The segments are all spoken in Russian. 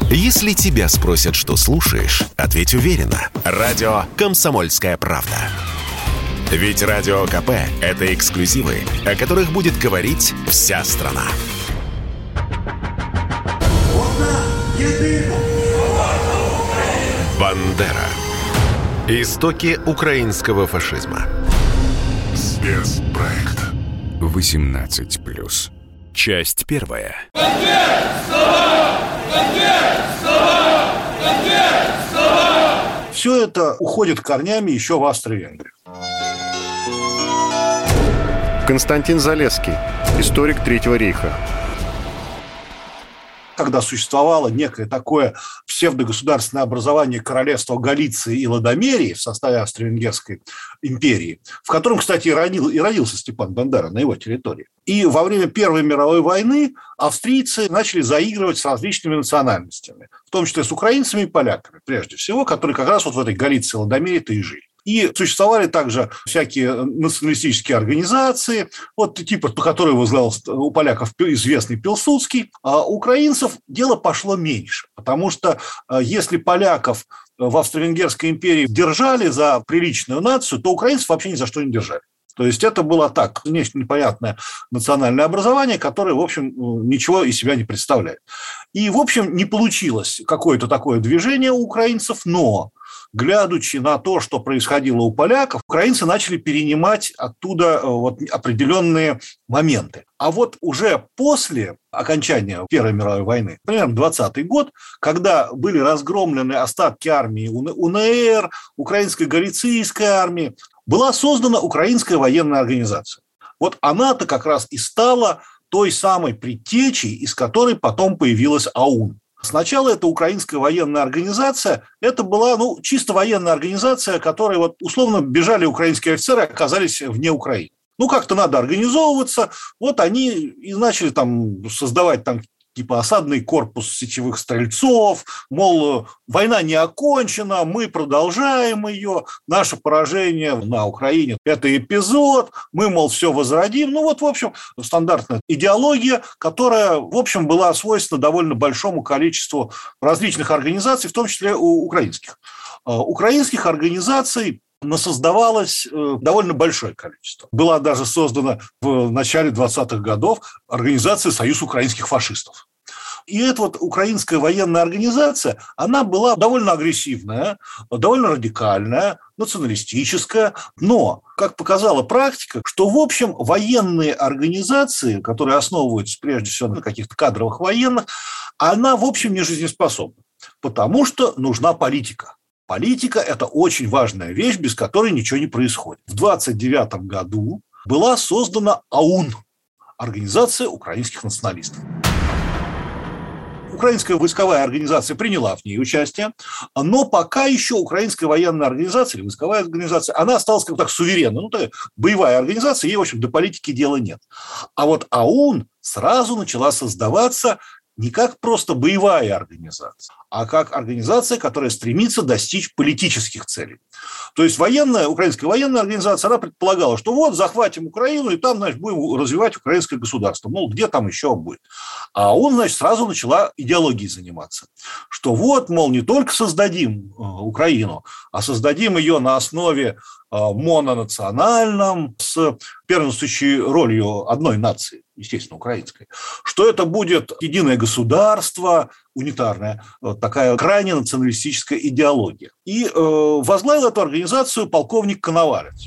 Если тебя спросят, что слушаешь, ответь уверенно. Радио «Комсомольская правда». Ведь Радио КП – это эксклюзивы, о которых будет говорить вся страна. Бандера. Истоки украинского фашизма. Спецпроект 18+. Часть первая. Все это уходит корнями еще в Австро-Венгрию. Константин Залесский, историк Третьего рейха. Когда существовало некое такое псевдогосударственное образование королевства Галиции и Лодомерии в составе Австро-Венгерской империи, в котором, кстати, и родился Степан Бандера на его территории. И во время Первой мировой войны австрийцы начали заигрывать с различными национальностями, в том числе с украинцами и поляками, прежде всего, которые как раз вот в этой Галиции и Лодомерии-то и жили. И существовали также всякие националистические организации, вот типа, которые возглавлял у поляков известный Пилсудский, а у украинцев дело пошло меньше, потому что если поляков в Австро-Венгерской империи держали за приличную нацию, то украинцев вообще ни за что не держали. То есть это было так, нечто непонятное национальное образование, которое, в общем, ничего из себя не представляет. И, в общем, не получилось какое-то такое движение у украинцев, но, глядячи на то, что происходило у поляков, украинцы начали перенимать оттуда вот определенные моменты. А вот уже после окончания Первой мировой войны, примерно 20-й год, когда были разгромлены остатки армии УНР, Украинской Галицийской армии, была создана Украинская военная организация. Вот она-то как раз и стала той самой предтечей, из которой потом появилась АУН. Сначала эта Украинская военная организация, это была чисто военная организация, которой вот, условно бежали украинские офицеры, оказались вне Украины. Как-то надо организовываться. Вот они и начали там создавать там типа осадный корпус сечевых стрельцов, мол, война не окончена, мы продолжаем ее, наше поражение на Украине – это эпизод, мы, мол, все возродим. В общем, стандартная идеология, которая, в общем, была свойственна довольно большому количеству различных организаций, в том числе украинских. Украинских организаций насоздавалось довольно большое количество. Была даже создана в начале 20-х годов организация «Союз украинских фашистов». И эта вот украинская военная организация, она была довольно агрессивная, довольно радикальная, националистическая, но, как показала практика, что, в общем, военные организации, которые основываются прежде всего на каких-то кадровых военных, она, в общем, не жизнеспособна, потому что нужна политика. Политика – это очень важная вещь, без которой ничего не происходит. В 1929 году была создана АУН – Организация украинских националистов. Украинская войсковая организация приняла в ней участие, но пока еще Украинская военная организация или войсковая организация, она осталась как-то так суверенна. Боевая организация, ей, в общем, до политики дела нет. А вот АУН сразу начала создаваться не как просто боевая организация, а как организация, которая стремится достичь политических целей. То есть Украинская военная организация, она предполагала, что вот захватим Украину, и там, значит, будем развивать украинское государство. Мол, где там еще будет? А ООН, значит, сразу начала идеологией заниматься. Что вот, мол, не только создадим Украину, а создадим ее на основе мононациональном, с первенствующей ролью одной нации, естественно, украинской, что это будет единое государство, унитарная, такая крайне националистическая идеология. И возглавил эту организацию полковник Коновалец.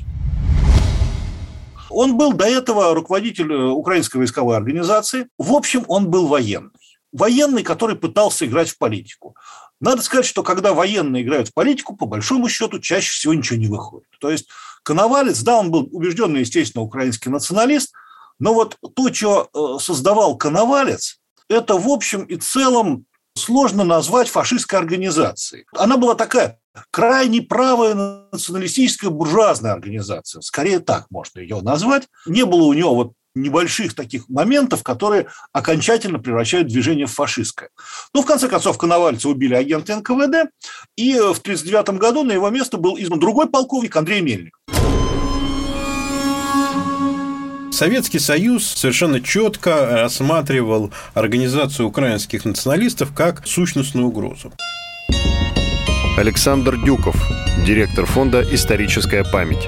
Он был до этого руководитель Украинской войсковой организации. В общем, он был военный. Военный, который пытался играть в политику. Надо сказать, что когда военные играют в политику, по большому счету, чаще всего ничего не выходит. То есть Коновалец, да, он был убежденный, естественно, украинский националист, но вот то, что создавал Коновалец, это в общем и целом сложно назвать фашистской организацией. Она была такая крайне правая националистическая буржуазная организация. Скорее так можно ее назвать. Не было у нее вот небольших таких моментов, которые окончательно превращают движение в фашистское. В конце концов, Коновальца убили агенты НКВД, и в 1939 году на его место был избран другой полковник Андрей Мельник. Советский Союз совершенно четко рассматривал организацию украинских националистов как сущностную угрозу. Александр Дюков, директор фонда «Историческая память».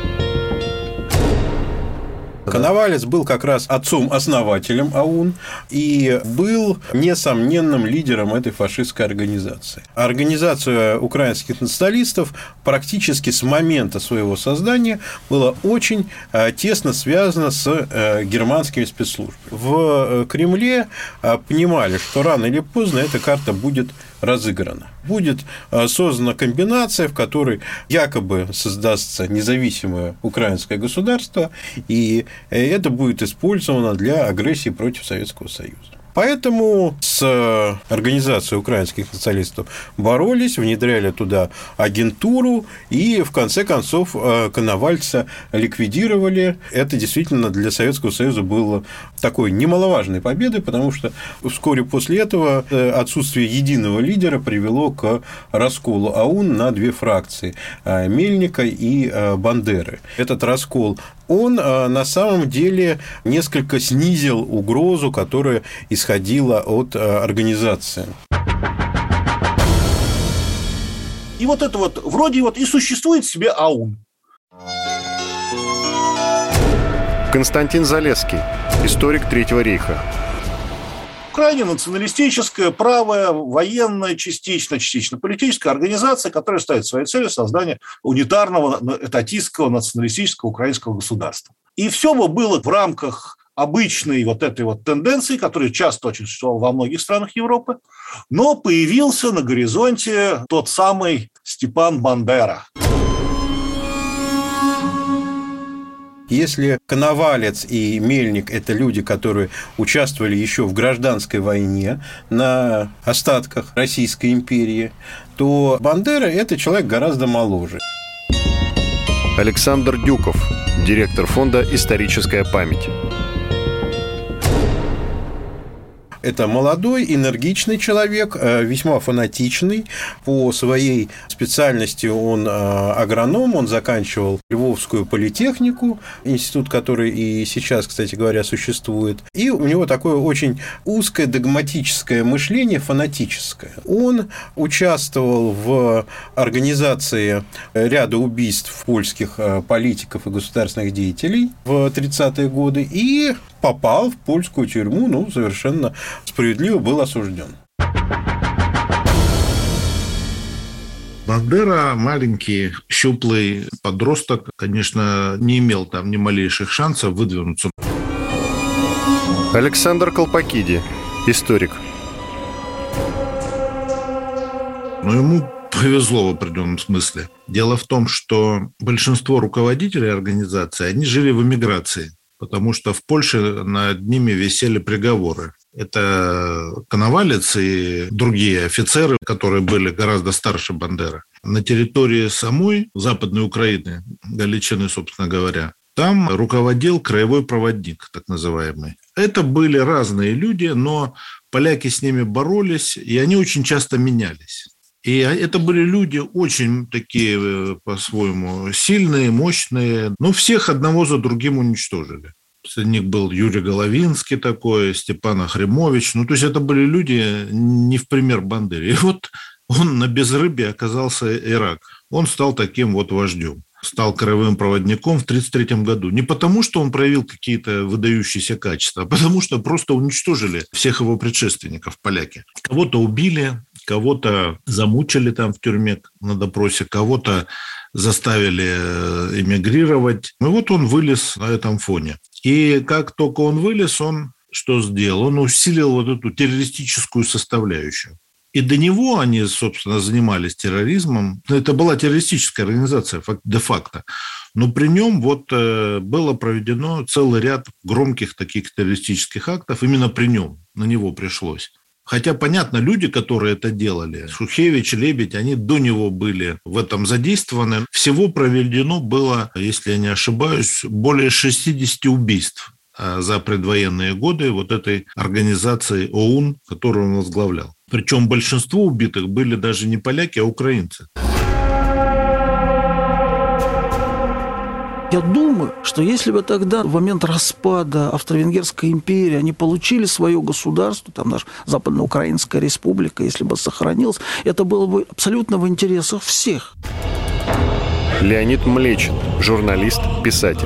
Коновалец был как раз отцом-основателем АУН и был несомненным лидером этой фашистской организации. Организация украинских националистов практически с момента своего создания была очень тесно связана с германскими спецслужбами. В Кремле понимали, что рано или поздно эта карта будет разыграна. Будет создана комбинация, в которой якобы создастся независимое украинское государство, и это будет использовано для агрессии против Советского Союза. Поэтому с организацией украинских националистов боролись, внедряли туда агентуру и, в конце концов, Коновальца ликвидировали. Это действительно для Советского Союза было такой немаловажной победой, потому что вскоре после этого отсутствие единого лидера привело к расколу АУН на две фракции – Мельника и Бандеры. Этот раскол он на самом деле несколько снизил угрозу, которая исходила от организации. И вот это вот вроде вот и существует себе АУН. Константин Залесский, историк Третьего рейха. Крайне националистическая, правая, военная, частично политическая организация, которая ставит своей целью создание унитарного, этатистского, националистического украинского государства. И все бы было в рамках обычной вот этой вот тенденции, которая часто очень существовала во многих странах Европы, но появился на горизонте тот самый Степан Бандера. Если Коновалец и Мельник – это люди, которые участвовали еще в гражданской войне на остатках Российской империи, то Бандера – это человек гораздо моложе. Александр Дюков, директор фонда «Историческая память». Это молодой, энергичный человек, весьма фанатичный. По своей специальности он агроном, он заканчивал Львовскую политехнику, институт, который и сейчас, кстати говоря, существует. И у него такое очень узкое догматическое мышление, фанатическое. Он участвовал в организации ряда убийств польских политиков и государственных деятелей в 30-е годы и попал в польскую тюрьму, совершенно справедливо был осужден. Бандера, маленький, щуплый подросток, конечно, не имел там ни малейших шансов выдвинуться. Александр Колпакиди, историк. Ему повезло в определенном смысле. Дело в том, что большинство руководителей организации, они жили в эмиграции, потому что в Польше над ними висели приговоры. Это Коновалец и другие офицеры, которые были гораздо старше Бандеры. На территории самой Западной Украины, Галичины, собственно говоря, там руководил краевой проводник, так называемый. Это были разные люди, но поляки с ними боролись, и они очень часто менялись. И это были люди очень такие, по-своему, сильные, мощные, но всех одного за другим уничтожили. Среди них был Юрий Головинский такой, Степан Ахремович. То есть это были люди не в пример Бандере. И вот он на безрыбье оказался Ирак. Он стал таким вот вождем. Стал краевым проводником в 1933 году. Не потому, что он проявил какие-то выдающиеся качества, а потому что просто уничтожили всех его предшественников, поляки. Кого-то убили, кого-то замучили там в тюрьме на допросе, кого-то заставили эмигрировать. И вот он вылез на этом фоне. И как только он вылез, он что сделал? Он усилил вот эту террористическую составляющую. И до него они, собственно, занимались терроризмом. Это была террористическая организация де-факто. Но при нем вот было проведено целый ряд громких таких террористических актов. Именно при нем, на него пришлось. Хотя, понятно, люди, которые это делали, Шухевич, Лебедь, они до него были в этом задействованы. Всего проведено было, если я не ошибаюсь, более 60 убийств за предвоенные годы вот этой организации ОУН, которую он возглавлял. Причем большинство убитых были даже не поляки, а украинцы. Я думаю, что если бы тогда, в момент распада Австро-Венгерской империи, они получили свое государство, там наша Западноукраинская республика, если бы сохранилась, это было бы абсолютно в интересах всех. Леонид Млечин, журналист, писатель.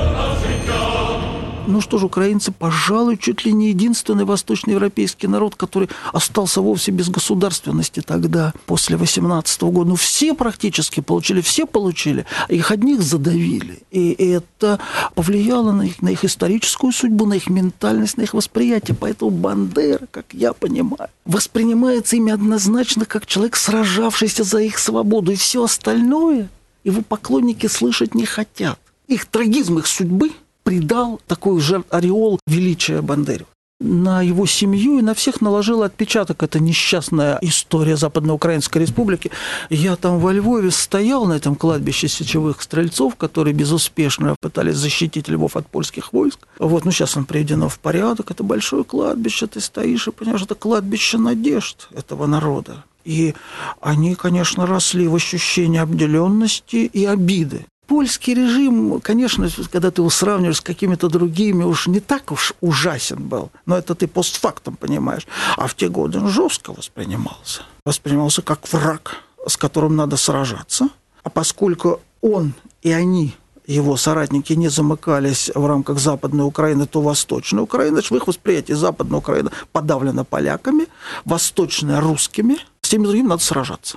Ну что ж, украинцы, пожалуй, чуть ли не единственный восточноевропейский народ, который остался вовсе без государственности тогда, после 18-го года. Ну, все практически получили, их одних задавили. И это повлияло на их историческую судьбу, на их ментальность, на их восприятие. Поэтому Бандера, как я понимаю, воспринимается ими однозначно как человек, сражавшийся за их свободу. И все остальное его поклонники слышать не хотят. Их трагизм, их судьбы придал такой же ореол величия Бандере. На его семью и на всех наложила отпечаток эта несчастная история Западноукраинской республики. Я там во Львове стоял на этом кладбище сечевых стрельцов, которые безуспешно пытались защитить Львов от польских войск. Вот, ну сейчас он приведено в порядок. Это большое кладбище, ты стоишь и понимаешь, это кладбище надежд этого народа. И они, конечно, росли в ощущении обделенности и обиды. Польский режим, конечно, когда ты его сравниваешь с какими-то другими, уж не так уж ужасен был. Но это ты постфактум понимаешь. А в те годы он жестко воспринимался. Воспринимался как враг, с которым надо сражаться. А поскольку он и они, его соратники, не замыкались в рамках Западной Украины, то Восточная Украина, в их восприятии Западная Украина подавлена поляками, Восточная – русскими. С теми другими надо сражаться.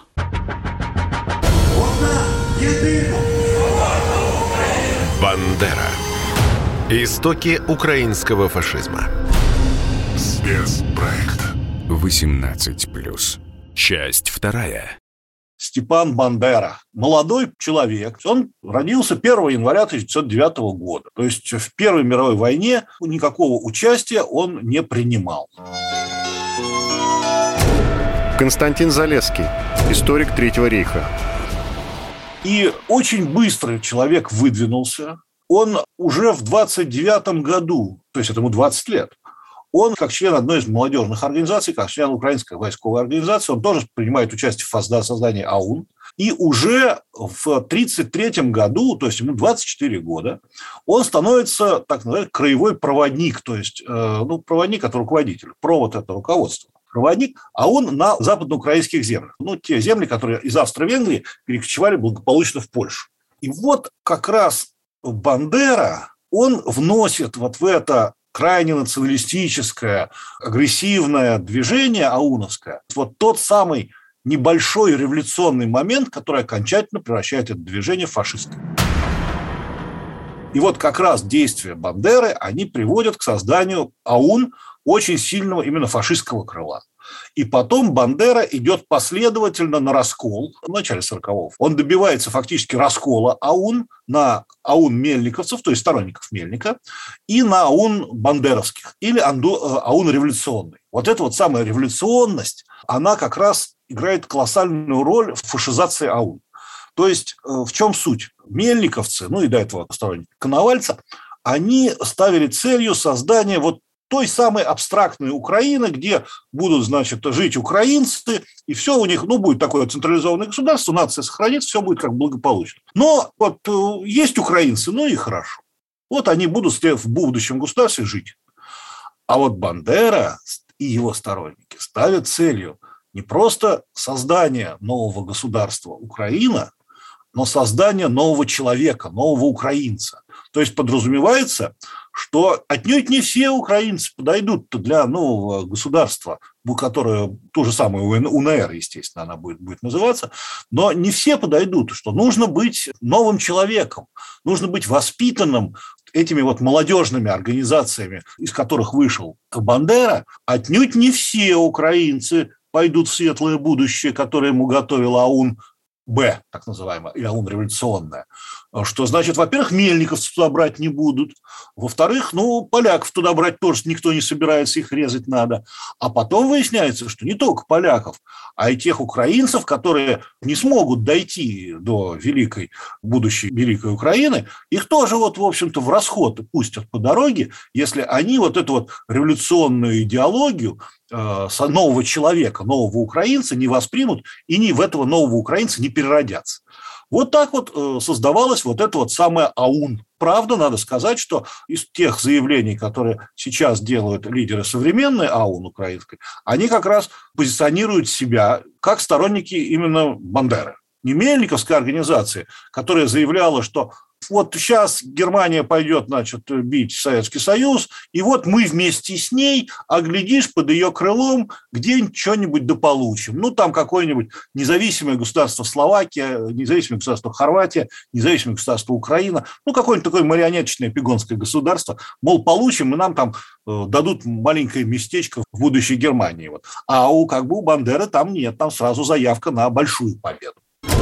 Бандера. Истоки украинского фашизма. Спецпроект 18+. Часть 2. Степан Бандера. Молодой человек. Он родился 1 января 1909 года. То есть в Первой мировой войне никакого участия он не принимал. Константин Залесский, историк Третьего рейха. И очень быстро человек выдвинулся. Он уже в 29 году, то есть этому 20 лет, он, как член одной из молодежных организаций, как член Украинской войсковой организации, он тоже принимает участие в создании АУН. И уже в 1933 году, то есть ему 24 года, он становится, так называемый, краевой проводник, то есть проводник – это руководитель, провод – это руководство. Проводник, а он на западноукраинских землях. Те земли, которые из Австро-Венгрии перекочевали благополучно в Польшу. И вот как раз Бандера, он вносит вот в это крайне националистическое, агрессивное движение ауновское вот тот самый небольшой революционный момент, который окончательно превращает это движение в фашистское. И вот как раз действия Бандеры, они приводят к созданию АУН очень сильного именно фашистского крыла. И потом Бандера идет последовательно на раскол в начале 40-х. Он добивается фактически раскола АУН на АУН мельниковцев, то есть сторонников Мельника, и на АУН бандеровских, или АУН революционный. Вот эта вот самая революционность, она как раз играет колоссальную роль в фашизации АУН. То есть в чем суть? Мельниковцы, и до этого сторонники Коновальца, они ставили целью создания вот той самой абстрактной Украины, где будут, жить украинцы, и все у них, будет такое централизованное государство, нация сохранится, все будет как благополучно. Но вот есть украинцы, и хорошо. Вот они будут в будущем государстве жить. А вот Бандера и его сторонники ставят целью не просто создание нового государства Украина, но создание нового человека, нового украинца. То есть подразумевается, что отнюдь не все украинцы подойдут для нового государства, которое то же самое УНР, естественно, она будет называться, но не все подойдут, что нужно быть новым человеком, нужно быть воспитанным этими вот молодежными организациями, из которых вышел Бандера. Отнюдь не все украинцы пойдут в светлое будущее, которое ему готовил АУН Б, так называемая, или АУН революционная. Что значит, во-первых, мельниковцев туда брать не будут, во-вторых, поляков туда брать тоже никто не собирается, их резать надо. А потом выясняется, что не только поляков, а и тех украинцев, которые не смогут дойти до будущей великой Украины, их тоже в общем-то, в расход пустят по дороге, если они вот эту вот революционную идеологию нового человека, нового украинца не воспримут и в этого нового украинца не переродятся. Вот так вот создавалась вот эта вот самая АУН. Правда, надо сказать, что из тех заявлений, которые сейчас делают лидеры современной АУН украинской, они как раз позиционируют себя как сторонники именно Бандеры. Не Мельниковской организации, которая заявляла, что вот сейчас Германия пойдет, значит, бить Советский Союз, и вот мы вместе с ней, а глядишь, под ее крылом где-нибудь что-нибудь дополучим. Ну, там какое-нибудь независимое государство Словакия, независимое государство Хорватия, независимое государство Украина, ну, какое-нибудь такое марионеточное пигонское государство, мол, получим, и нам там дадут маленькое местечко в будущей Германии. Вот. А у Бандеры там нет, там сразу заявка на большую победу.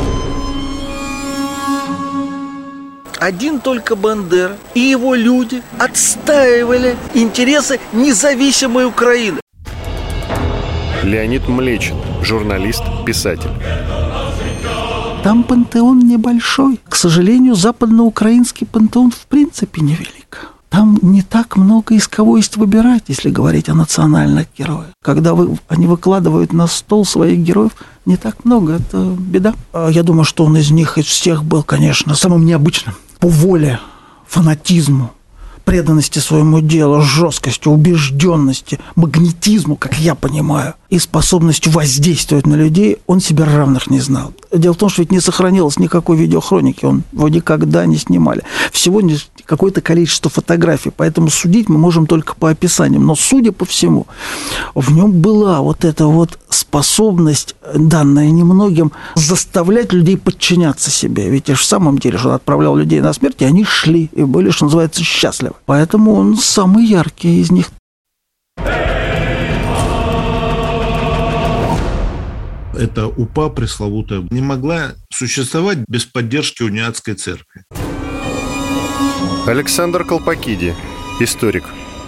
Один только Бандера и его люди отстаивали интересы независимой Украины. Леонид Млечин, журналист, писатель. Там пантеон небольшой. К сожалению, западноукраинский пантеон в принципе невелик. Там не так много из кого есть выбирать, если говорить о национальных героях. Когда они выкладывают на стол своих героев, не так много, это беда. Я думаю, что он из них, из всех был, конечно, самым необычным. По воле, фанатизму, преданности своему делу, жесткости, убежденности, магнетизму, как я понимаю, и способностью воздействовать на людей, он себе равных не знал. Дело в том, что ведь не сохранилось никакой видеохроники, его никогда не снимали. Всего какое-то количество фотографий, поэтому судить мы можем только по описаниям. Но, судя по всему, в нем была вот эта вот способность, данная немногим, заставлять людей подчиняться себе. Ведь в самом деле, что он отправлял людей на смерть, и они шли, и были, что называется, счастливы. Поэтому он самый яркий из них. Эта УПА пресловутая не могла существовать без поддержки униатской церкви. Александр Колпакиди, историк.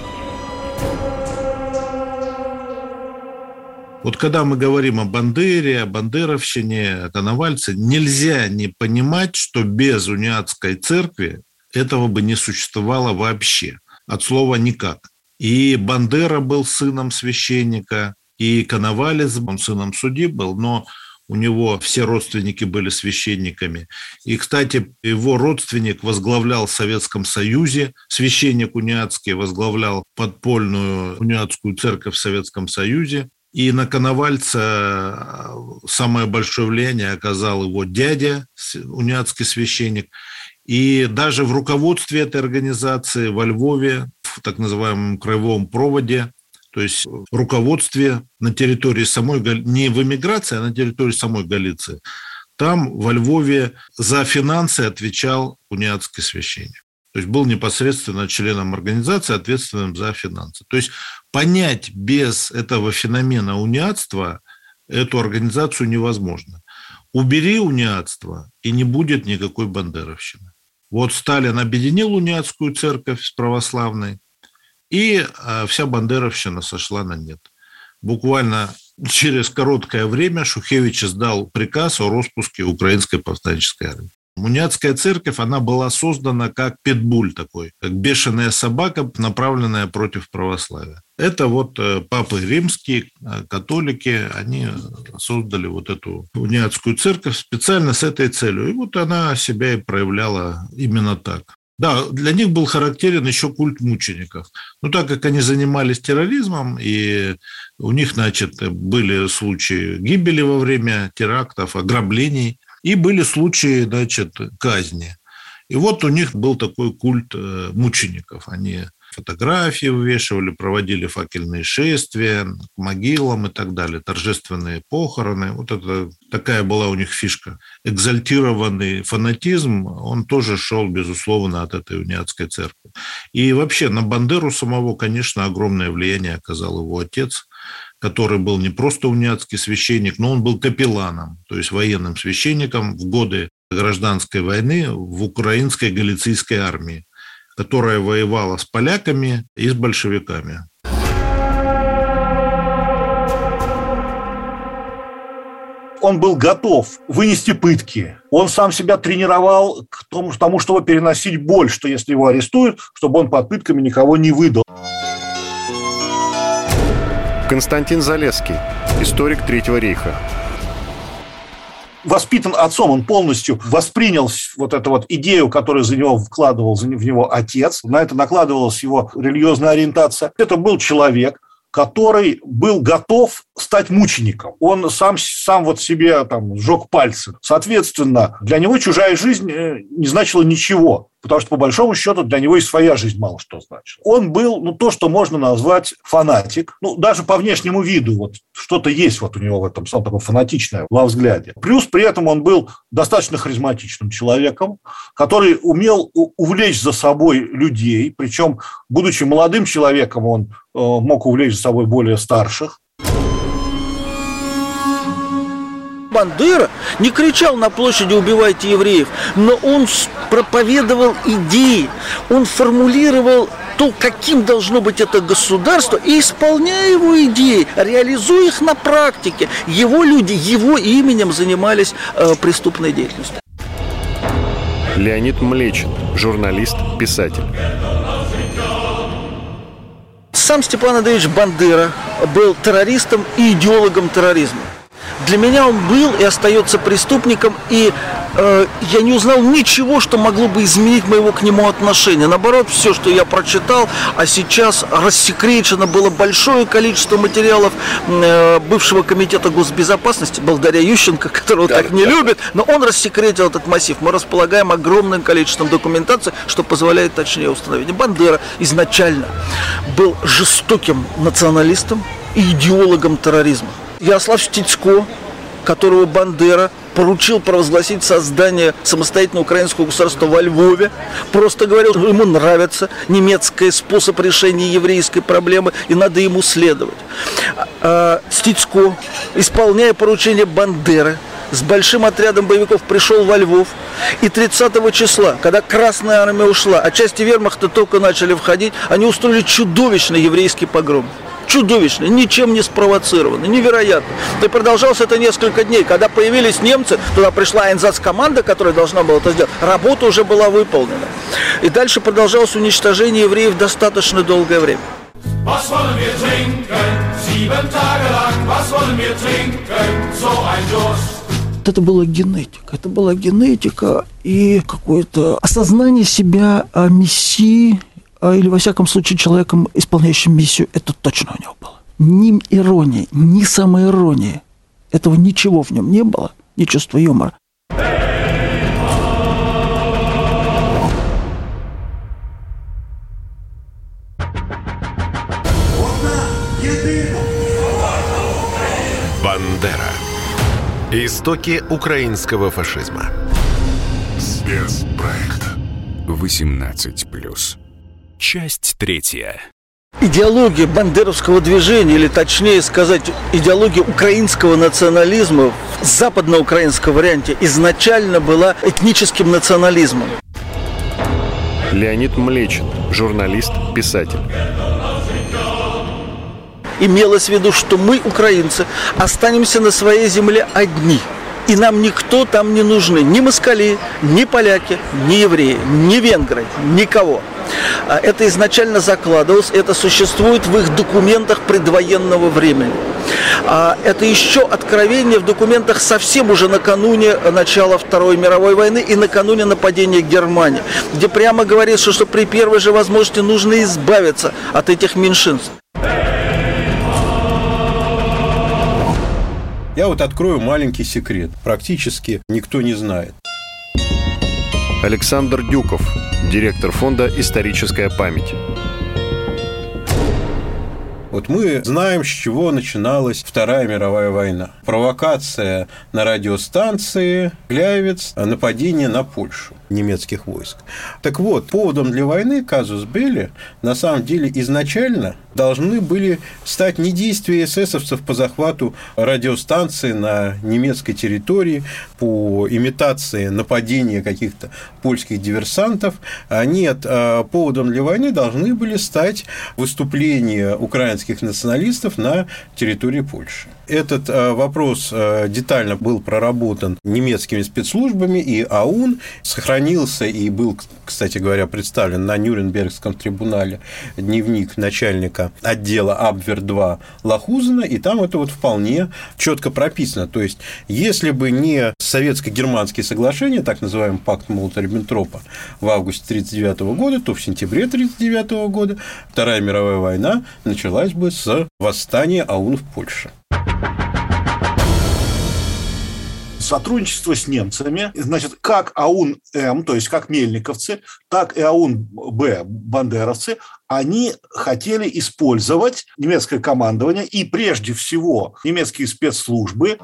Вот когда мы говорим о Бандере, о бандеровщине, о Коновальце, нельзя не понимать, что без униатской церкви этого бы не существовало вообще. От слова «никак». И Бандера был сыном священника, и Коновалец, он сыном судьи был, но у него все родственники были священниками. И, кстати, его родственник возглавлял в Советском Союзе, священник униатский возглавлял подпольную униатскую церковь в Советском Союзе. И на Коновальца самое большое влияние оказал его дядя, униатский священник. И даже в руководстве этой организации во Львове, в так называемом краевом проводе, то есть в руководстве на территории самой, не в эмиграции, а на территории самой Галиции, там во Львове за финансы отвечал униатский священник. То есть был непосредственно членом организации, ответственным за финансы. То есть понять без этого феномена униатства эту организацию невозможно. Убери униатство, и не будет никакой бандеровщины. Вот Сталин объединил униатскую церковь с православной, и вся бандеровщина сошла на нет. Буквально через короткое время Шухевич издал приказ о распуске Украинской повстанческой армии. Униатская церковь, она была создана как питбуль такой, как бешеная собака, направленная против православия. Это вот папы римские, католики, они создали вот эту униатскую церковь специально с этой целью. И вот она себя и проявляла именно так. Да, для них был характерен еще культ мучеников. Но так как они занимались терроризмом, и у них, значит, были случаи гибели во время терактов, ограблений, и были случаи, значит, казни. И вот у них был такой культ мучеников. Они фотографии вывешивали, проводили факельные шествия к могилам и так далее, торжественные похороны. Вот это такая была у них фишка. Экзальтированный фанатизм, он тоже шел, безусловно, от этой униатской церкви. И вообще на Бандеру самого, конечно, огромное влияние оказал его отец, который был не просто униатский священник, но он был капелланом, то есть военным священником в годы гражданской войны в украинской галицийской армии, которая воевала с поляками и с большевиками. Он был готов вынести пытки. Он сам себя тренировал к тому, чтобы переносить боль, что если его арестуют, чтобы он под пытками никого не выдал. Константин Залесский, историк Третьего рейха. воспитан отцом, он полностью воспринял вот эту вот идею, которую за него вкладывал в него отец. На это накладывалась его религиозная ориентация. Это был человек, который был готов стать мучеником. Он сам вот себе там сжег пальцы. Соответственно, для него чужая жизнь не значила ничего, потому что, по большому счету, для него и своя жизнь мало что значила. Он был, то, что можно назвать фанатик. Даже по внешнему виду вот что-то есть вот у него в этом такое фанатичное во взгляде. Плюс при этом он был достаточно харизматичным человеком, который умел увлечь за собой людей, причем, будучи молодым человеком, он мог увлечь за собой более старших. Бандера не кричал на площади «убивайте евреев», но он проповедовал идеи, он формулировал то, каким должно быть это государство, и, исполняя его идеи, реализуя их на практике, его люди, его именем занимались преступной деятельностью. Леонид Млечин, журналист, писатель. Сам Степан Андреевич Бандера был террористом и идеологом терроризма. Для меня он был и остается преступником, и я не узнал ничего, что могло бы изменить моего к нему отношения. Наоборот, все, что я прочитал, а сейчас рассекречено было большое количество материалов бывшего комитета госбезопасности, благодаря Ющенко, которого так не любит, но он рассекретил этот массив. Мы располагаем огромным количеством документации, что позволяет точнее установить. Бандера изначально был жестоким националистом и идеологом терроризма. Ярослав Стецко, которого Бандера поручил провозгласить создание самостоятельного украинского государства во Львове, просто говорил, что ему нравится немецкий способ решения еврейской проблемы, и надо ему следовать. Стецко, исполняя поручение Бандеры, с большим отрядом боевиков пришел во Львов, и 30 числа, когда Красная Армия ушла, а части вермахта только начали входить, они устроили чудовищный еврейский погром. Чудовищно, ничем не спровоцировано, невероятно. И продолжалось это несколько дней. Когда появились немцы, туда пришла айнзац-команда, которая должна была это сделать. Работа уже была выполнена. И дальше продолжалось уничтожение евреев достаточно долгое время. Это была генетика. Это была генетика и какое-то осознание себя мессии, или, во всяком случае, человеком, исполняющим миссию, это точно у него было. Ни иронии, ни самоиронии. Этого ничего в нем не было, ни чувства юмора. Бандера. Истоки украинского фашизма. Спецпроект 18+. Часть 3. Идеология бандеровского движения, или точнее сказать, идеология украинского национализма в западноукраинском варианте изначально была этническим национализмом. Леонид Млечин, журналист, писатель. Имелось в виду, что мы, украинцы, останемся на своей земле одни. И нам никто там не нужны. Ни москали, ни поляки, ни евреи, ни венгры, никого. Это изначально закладывалось, это существует в их документах предвоенного времени. Это еще откровение в документах совсем уже накануне начала Второй мировой войны и накануне нападения Германии, где прямо говорится, что при первой же возможности нужно избавиться от этих меньшинств. Я вот открою маленький секрет. Практически никто не знает. Александр Дюков, директор фонда «Историческая память». Вот мы знаем, с чего начиналась Вторая мировая война. Провокация на радиостанции, Гляйвец, нападение на Польшу немецких войск. Так вот, поводом для войны, казус белли, на самом деле изначально должны были стать не действия эсэсовцев по захвату радиостанции на немецкой территории, по имитации нападения каких-то польских диверсантов, а нет, поводом для войны должны были стать выступления украинских националистов на территории Польши. Этот вопрос детально был проработан немецкими спецслужбами, и АУН сохранился и был, кстати говоря, представлен на Нюрнбергском трибунале дневник начальника отдела Абвер-2 Лахузена, и там это вот вполне четко прописано. То есть, если бы не советско-германские соглашения, так называемый пакт Молотова-Риббентропа в августе 1939 года, то в сентябре 1939 года Вторая мировая война началась бы с восстания АУН в Польше. Сотрудничество с немцами, значит, как АУН-М, то есть как мельниковцы, так и АУН-Б, бандеровцы, они хотели использовать немецкое командование и прежде всего немецкие спецслужбы.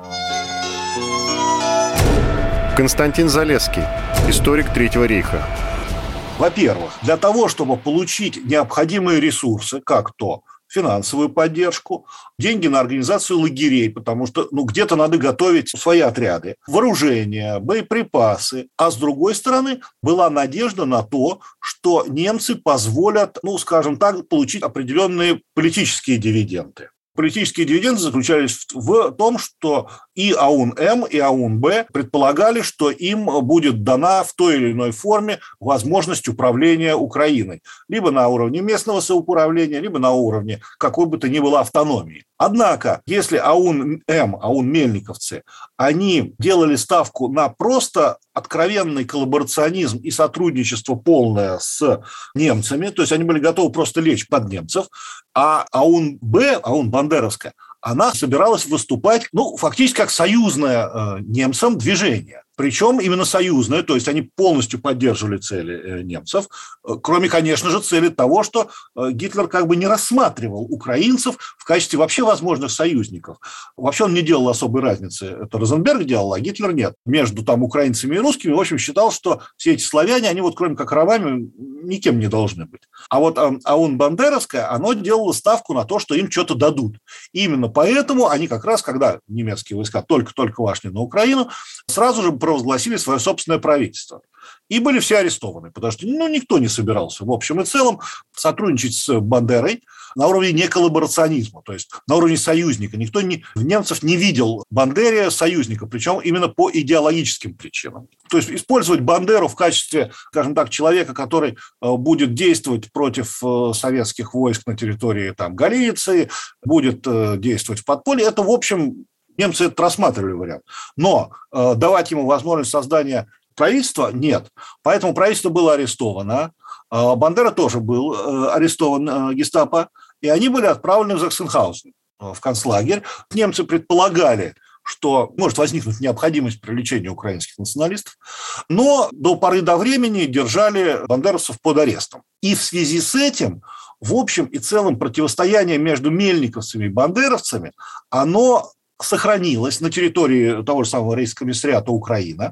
Константин Залесский, историк Третьего рейха. Во-первых, для того, чтобы получить необходимые ресурсы, как то финансовую поддержку, деньги на организацию лагерей, потому что где-то надо готовить свои отряды, вооружение, боеприпасы. А с другой стороны, была надежда на то, что немцы позволят, скажем так, получить определенные политические дивиденды. Политические дивиденды заключались в том, что и АУН-М, и АУН-Б предполагали, что им будет дана в той или иной форме возможность управления Украиной. Либо на уровне местного самоуправления, либо на уровне какой бы то ни было автономии. Однако, если АУН-М, АУН-мельниковцы, они делали ставку на просто откровенный коллаборационизм и сотрудничество полное с немцами, то есть они были готовы просто лечь под немцев, а АУН-Б, АУН-бандеровская, она собиралась выступать, фактически как союзное немцам движение. Причем именно союзное, то есть они полностью поддерживали цели немцев, кроме, конечно же, цели того, что Гитлер как бы не рассматривал украинцев в качестве вообще возможных союзников. Вообще он не делал особой разницы. Это Розенберг делал, а Гитлер нет. Между украинцами и русскими, в общем, считал, что все эти славяне, они кроме как рабами, никем не должны быть. А вот АУН-бандеровская, оно делало ставку на то, что им что-то дадут. И именно поэтому они как раз, когда немецкие войска только-только вошли на Украину, сразу же провозгласили свое собственное правительство. И были все арестованы, потому что никто не собирался в общем и целом сотрудничать с Бандерой на уровне неколлаборационизма, то есть на уровне союзника. Никто немцев не видел в Бандере союзника, причем именно по идеологическим причинам. То есть использовать Бандеру в качестве, скажем так, человека, который будет действовать против советских войск на территории Галиции, будет действовать в подполье, это, в общем, немцы это рассматривали вариант. Но давать ему возможность создания правительства нет. Поэтому правительство было арестовано. Бандера тоже был арестован гестапо. И они были отправлены в Заксенхаузен, в концлагерь. Немцы предполагали, что может возникнуть необходимость привлечения украинских националистов, но до поры до времени держали бандеровцев под арестом. И в связи с этим, в общем и целом, противостояние между мельниковцами и бандеровцами, оно сохранилось на территории того же самого рейхскомиссариата Украина,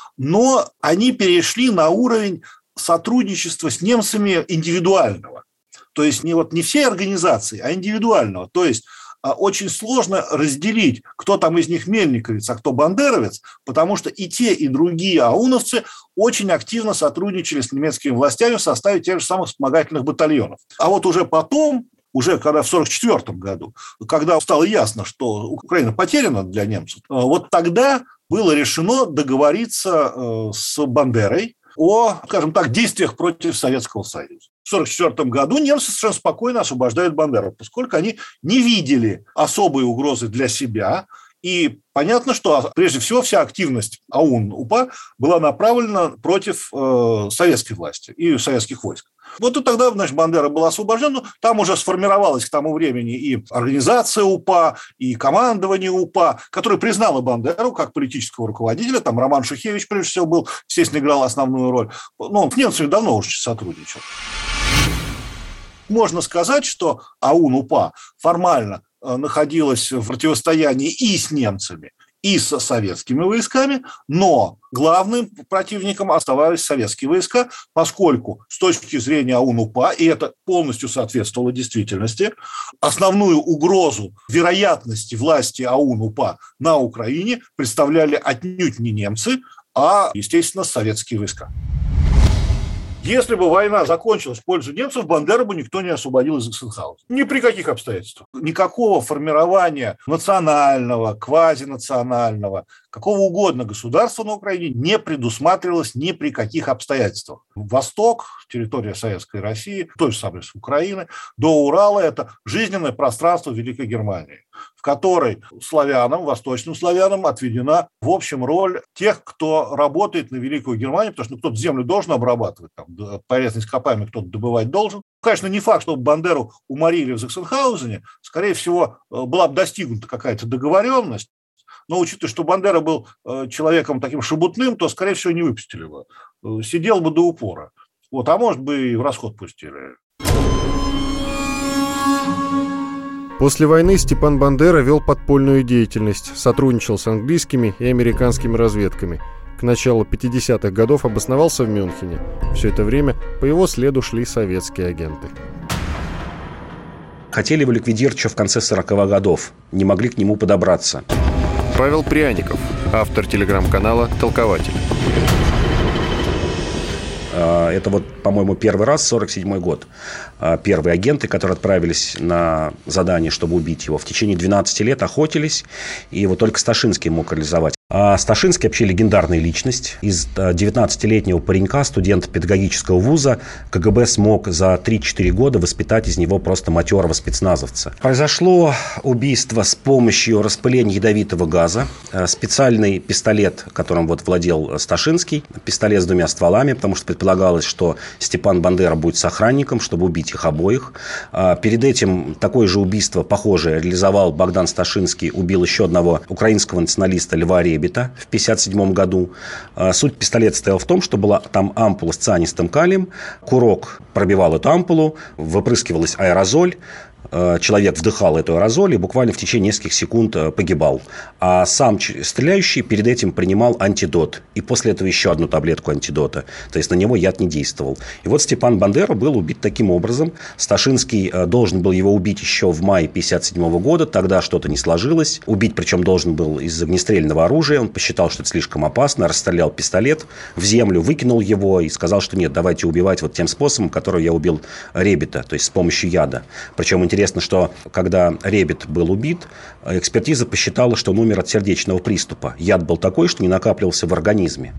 но они перешли на уровень сотрудничества с немцами индивидуального. То есть не всей организации, а индивидуального. То есть очень сложно разделить, кто там из них мельниковец, а кто бандеровец, потому что и те, и другие ауновцы очень активно сотрудничали с немецкими властями в составе тех же самых вспомогательных батальонов. А вот уже потом, когда в 1944 году, когда стало ясно, что Украина потеряна для немцев, вот тогда было решено договориться с Бандерой о, скажем так, действиях против Советского Союза. В 1944 году немцы совершенно спокойно освобождают Бандеру, поскольку они не видели особой угрозы для себя. И понятно, что прежде всего вся активность АУН-УПА была направлена против советской власти и советских войск. Вот и тогда, Бандера был освобожден, но там уже сформировалась к тому времени и организация УПА, и командование УПА, которое признало Бандеру как политического руководителя. Там Роман Шухевич, прежде всего, был, естественно, играл основную роль. Но он с немцами давно уже сотрудничал. Можно сказать, что АУН-УПА формально находилась в противостоянии и с немцами, и с советскими войсками, но главным противником оставались советские войска, поскольку с точки зрения АУН-УПА, и это полностью соответствовало действительности, основную угрозу вероятности власти АУН-УПА на Украине представляли отнюдь не немцы, а, естественно, советские войска. Если бы война закончилась в пользу немцев, Бандеру бы никто не освободил из Заксенхаузена. Ни при каких обстоятельствах. Никакого формирования национального, квазинационального, какого угодно государства на Украине не предусматривалось ни при каких обстоятельствах. Восток, территория Советской России, той же самой Украины, до Урала – это жизненное пространство Великой Германии, в которой славянам, восточным славянам отведена, в общем, роль тех, кто работает на Великую Германию, потому что кто-то землю должен обрабатывать, там, полезные ископаемые кто-то добывать должен. Конечно, не факт, что Бандеру уморили в Заксенхаузене, скорее всего, была бы достигнута какая-то договоренность, но учитывая, что Бандера был человеком таким шебутным, то, скорее всего, не выпустили бы. Сидел бы до упора. Вот, а может быть, и в расход пустили. После войны Степан Бандера вел подпольную деятельность, сотрудничал с английскими и американскими разведками. К началу 50-х годов обосновался в Мюнхене. Все это время по его следу шли советские агенты. Хотели его ликвидировать еще в конце 40-х годов. Не могли к нему подобраться. Павел Пряников, автор телеграм-канала «Толкователь». Это вот, по-моему, первый раз, 47-й год. Первые агенты, которые отправились на задание, чтобы убить его, в течение 12 лет охотились, и его только Сташинский мог реализовать. А Сташинский вообще легендарная личность. Из 19-летнего паренька, студента педагогического вуза, КГБ смог за 3-4 года воспитать из него просто матерого спецназовца. Произошло убийство с помощью распыления ядовитого газа. Специальный пистолет, которым вот владел Сташинский, пистолет с 2 стволами, потому что предполагалось, что Степан Бандера будет с охранником, чтобы убить их обоих. Перед этим такое же убийство, похожее, реализовал Богдан Сташинский, убил еще одного украинского националиста Льва Ребета в 1957 году. Суть пистолета состояла в том, что была там ампула с цианистым калием, курок пробивал эту ампулу, выпрыскивалась аэрозоль, человек вдыхал эту аэрозоль и буквально в течение нескольких секунд погибал. А сам стреляющий перед этим принимал антидот. И после этого еще одну таблетку антидота. То есть на него яд не действовал. И вот Степан Бандера был убит таким образом. Сташинский должен был его убить еще в мае 1957 года. Тогда что-то не сложилось. Убить причем должен был из огнестрельного оружия. Он посчитал, что это слишком опасно. Расстрелял пистолет в землю, выкинул его и сказал, что нет, давайте убивать вот тем способом, которым я убил Ребета. То есть с помощью яда. Причем интересно, что когда Ребет был убит, экспертиза посчитала, что он умер от сердечного приступа. Яд был такой, что не накапливался в организме.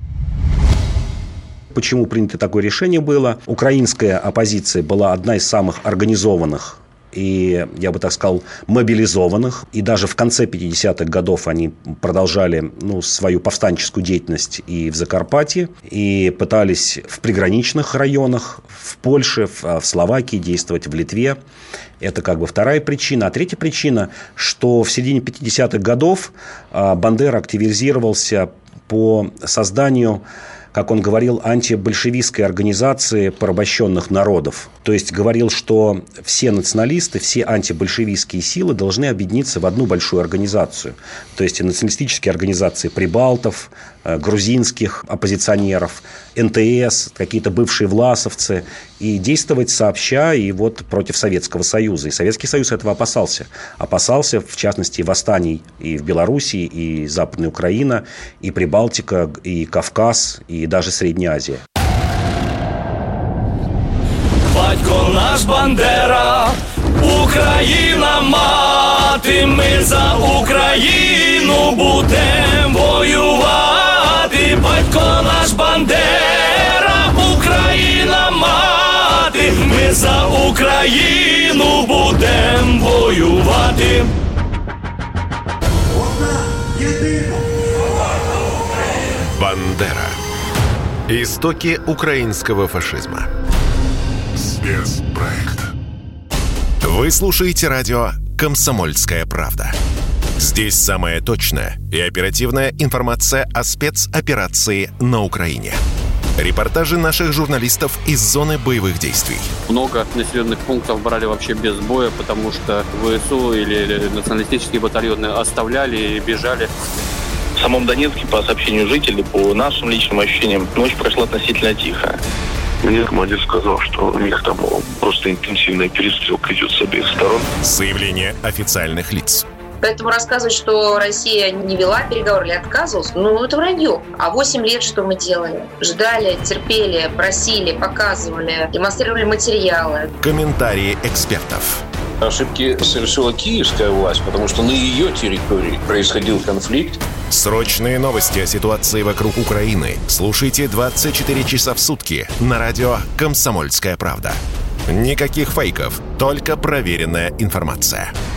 Почему принято такое решение было? Украинская оппозиция была одна из самых организованных и, я бы так сказал, мобилизованных. И даже в конце 50-х годов они продолжали свою повстанческую деятельность и в Закарпатье, и пытались в приграничных районах, в Польше, в Словакии действовать, в Литве. Это как бы вторая причина. А третья причина, что в середине 50-х годов Бандера активизировался по созданию, как он говорил, антибольшевистской организации порабощенных народов. То есть говорил, что все националисты, все антибольшевистские силы должны объединиться в одну большую организацию. То есть националистические организации прибалтов, грузинских оппозиционеров, НТС, какие-то бывшие власовцы, и действовать сообща и вот против Советского Союза. И Советский Союз этого опасался. Опасался, в частности, восстаний и в Белоруссии, и Западная Украина, и Прибалтика, и Кавказ, и даже Средняя Азия. Батько наш Бандера, Україна мати, ми за Україну будем воювати. Батько наш Бандера, Україна мати, ми за Україну будем воювати. Бандера. Истоки украинского фашизма. Спецпроект. Вы слушаете радио «Комсомольская правда». Здесь самая точная и оперативная информация о спецоперации на Украине. Репортажи наших журналистов из зоны боевых действий. Много населенных пунктов брали вообще без боя, потому что ВСУ или националистические батальоны оставляли и бежали. В самом Донецке, по сообщению жителей, по нашим личным ощущениям, ночь прошла относительно тихо. Мне командир сказал, что у них там просто интенсивная перестрелка идет с обеих сторон. Заявление официальных лиц. Поэтому рассказывать, что Россия не вела переговоры или отказывалась, это вранье. А 8 лет что мы делали? Ждали, терпели, просили, показывали, демонстрировали материалы. Комментарии экспертов. Ошибки совершила киевская власть, потому что на ее территории происходил конфликт. Срочные новости о ситуации вокруг Украины слушайте 24 часа в сутки на радио «Комсомольская правда». Никаких фейков, только проверенная информация.